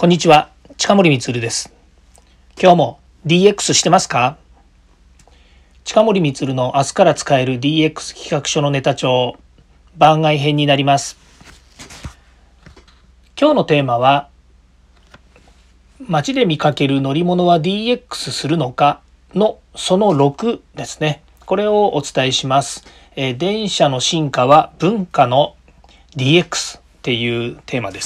こんにちは、近森光です。今日も DX してますか？近森光の明日から使える DX 企画書のネタ帳番外編になります。今日のテーマは、街で見かける乗り物は DX するのかのその6ですね。これをお伝えします。電車の進化は文化の DX っていうテーマです。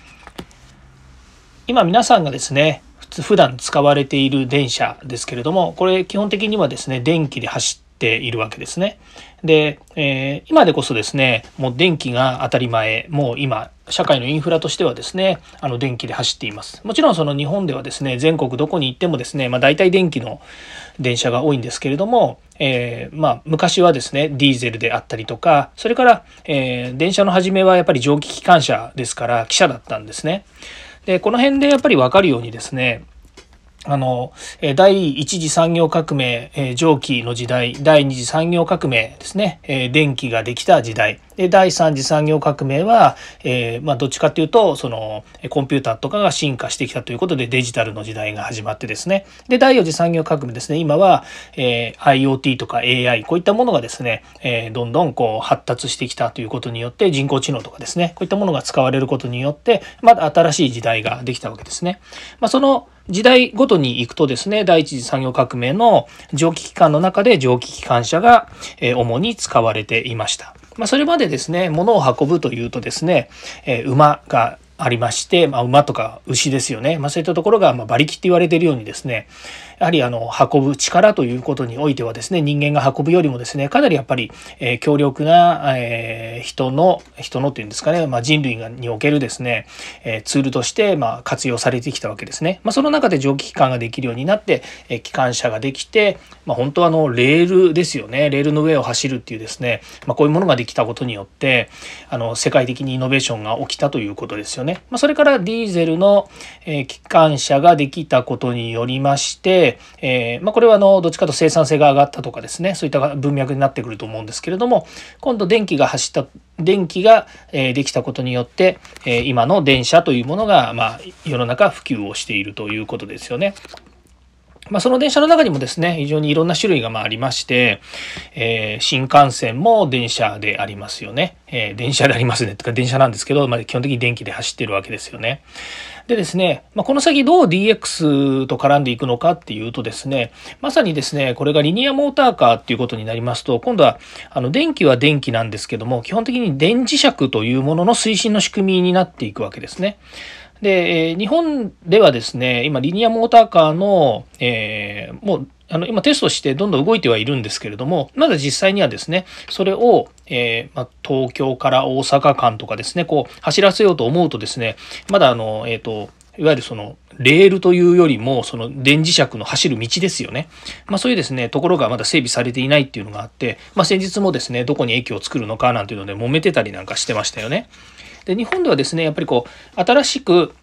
今皆さんがですね、普段使われている電車ですけれども、これ基本的にはですね、電気で走っているわけですね。で、今でこそですね、もう電気が当たり前、もう今社会のインフラとしてはですね、電気で走っています。もちろんその日本ではですね、全国どこに行ってもですね、大体電気の電車が多いんですけれども、昔はですねディーゼルであったりとか、それから、電車の初めはやっぱり蒸気機関車ですから汽車だったんですね。でこの辺でやっぱり分かるようにですね、第一次産業革命、蒸気の時代、第二次産業革命ですね、電気ができた時代で、第三次産業革命は、どっちかっていうとそのコンピューターとかが進化してきたということでデジタルの時代が始まってですね、で第四次産業革命ですね、今は、IoT とか AI こういったものがですね、どんどんこう発達してきたということによって、人工知能とかですね、こういったものが使われることによってまだ新しい時代ができたわけですね。その時代ごとに行くとですね、第一次産業革命の蒸気機関の中で蒸気機関車が主に使われていました。それまでですね、物を運ぶというとですね、馬がありまして、馬とか牛ですよね、そういったところが馬力って言われているようにですね、やはり運ぶ力ということにおいてはですね、人間が運ぶよりもですね、かなりやっぱり強力な人のっていうんですかね、人類におけるですねツールとして活用されてきたわけですね。その中で蒸気機関ができるようになって機関車ができて、本当はレールですよね、レールの上を走るっていうですね、こういうものができたことによって世界的にイノベーションが起きたということですよね。それからディーゼルの機関車ができたことによりまして、これはどっちかと生産性が上がったとかですね、そういった文脈になってくると思うんですけれども、今度電気ができたことによって今の電車というものが世の中普及をしているということですよね。その電車の中にもですね、非常にいろんな種類がありまして、新幹線も電車でありますよね。電車でありますねとか電車なんですけど、基本的に電気で走っているわけですよね。でですね、この先どう DX と絡んでいくのかっていうとですね、まさにですね、これがリニアモーターカーっていうことになりますと、今度は電気は電気なんですけども、基本的に電磁石というものの推進の仕組みになっていくわけですね。で、日本ではですね、今リニアモーターカーの、もう今テストしてどんどん動いてはいるんですけれども、まだ実際にはですね、それを、東京から大阪間とかですね、こう走らせようと思うとですね、まだいわゆるそのレールというよりもその電磁石の走る道ですよね。そういうですねところがまだ整備されていないっていうのがあって、先日もですねどこに駅を作るのかなんていうので揉めてたりなんかしてましたよね。で日本ではですねやっぱりこう新しく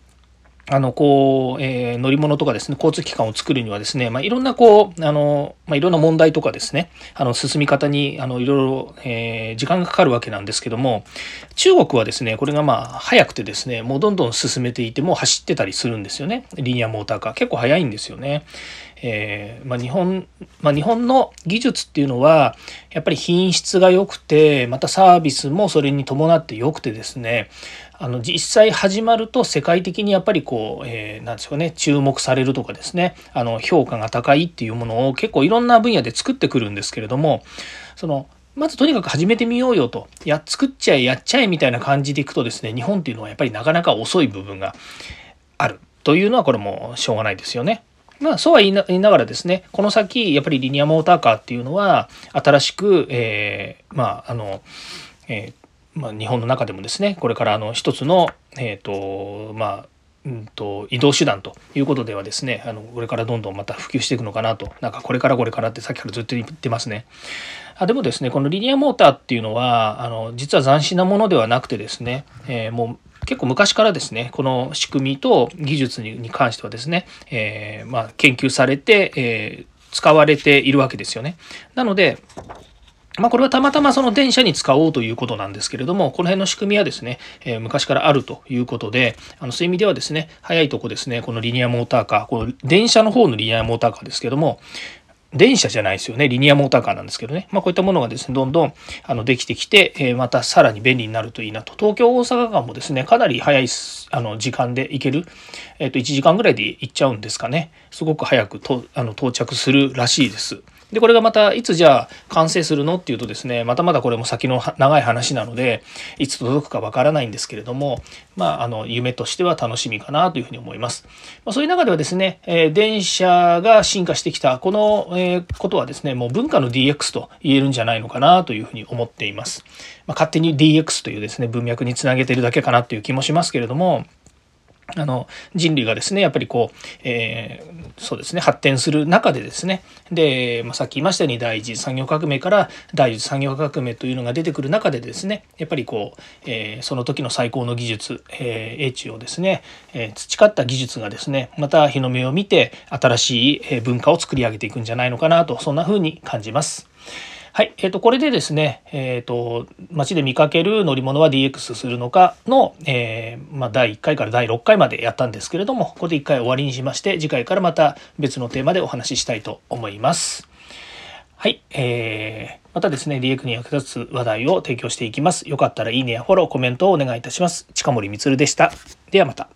乗り物とかですね交通機関を作るにはですね、いろんないろんな問題とかですね進み方にいろいろ、時間がかかるわけなんですけども、中国はですねこれが早くてですねもうどんどん進めていてもう走ってたりするんですよね。リニアモーターカー結構早いんですよね。日本の技術っていうのはやっぱり品質が良くて、またサービスもそれに伴って良くてですね、実際始まると世界的にやっぱりこう、なんですかね、注目されるとかですね、評価が高いっていうものを結構いろんな分野で作ってくるんですけれども、まずとにかく始めてみようよと、作っちゃえやっちゃえみたいな感じでいくとですね、日本っていうのはやっぱりなかなか遅い部分があるというのはこれもしょうがないですよね。そうは言いながらですね、この先やっぱりリニアモーターカーっていうのは新しく、日本の中でもですねこれから一つの、移動手段ということではですねこれからどんどんまた普及していくのかなと、これからってさっきからずっと言ってますね。でもですねこのリニアモーターっていうのは実は斬新なものではなくてですね、もう結構昔からですねこの仕組みと技術に関してはですね、研究されて、使われているわけですよね。なのでこれはたまたまその電車に使おうということなんですけれども、この辺の仕組みはですね、昔からあるということで、そういう意味ではですね、早いとこですね、このリニアモーターカー、この電車の方のリニアモーターカーですけども、電車じゃないですよね、リニアモーターカーなんですけどね、こういったものがですね、どんどんできてきて、またさらに便利になるといいなと。東京大阪間もですね、かなり早い時間で行ける、1時間ぐらいで行っちゃうんですかね。すごく早く到着するらしいです。でこれがまたいつじゃあ完成するのっていうとですね、まだまだこれも先の長い話なのでいつ届くかわからないんですけれども、夢としては楽しみかなというふうに思います。そういう中ではですね、電車が進化してきたこの、ことはですね、もう文化の DX と言えるんじゃないのかなというふうに思っています。勝手に DX というですね文脈につなげているだけかなという気もしますけれども、人類がですねやっぱりそうですね発展する中でですね、で、さっき言いましたように第一次産業革命から第一次産業革命というのが出てくる中でですね、やっぱりその時の最高の技術、英知をですね、培った技術がですねまた日の目を見て新しい文化を作り上げていくんじゃないのかなと、そんな風に感じます。はい、これでですね、街で見かける乗り物は DX するのかの、第1回から第6回までやったんですけれども、これで1回終わりにしまして、次回からまた別のテーマでお話ししたいと思います。はい、またですね、DX に役立つ話題を提供していきます。よかったらいいねやフォロー、コメントをお願いいたします。近森光でした。ではまた。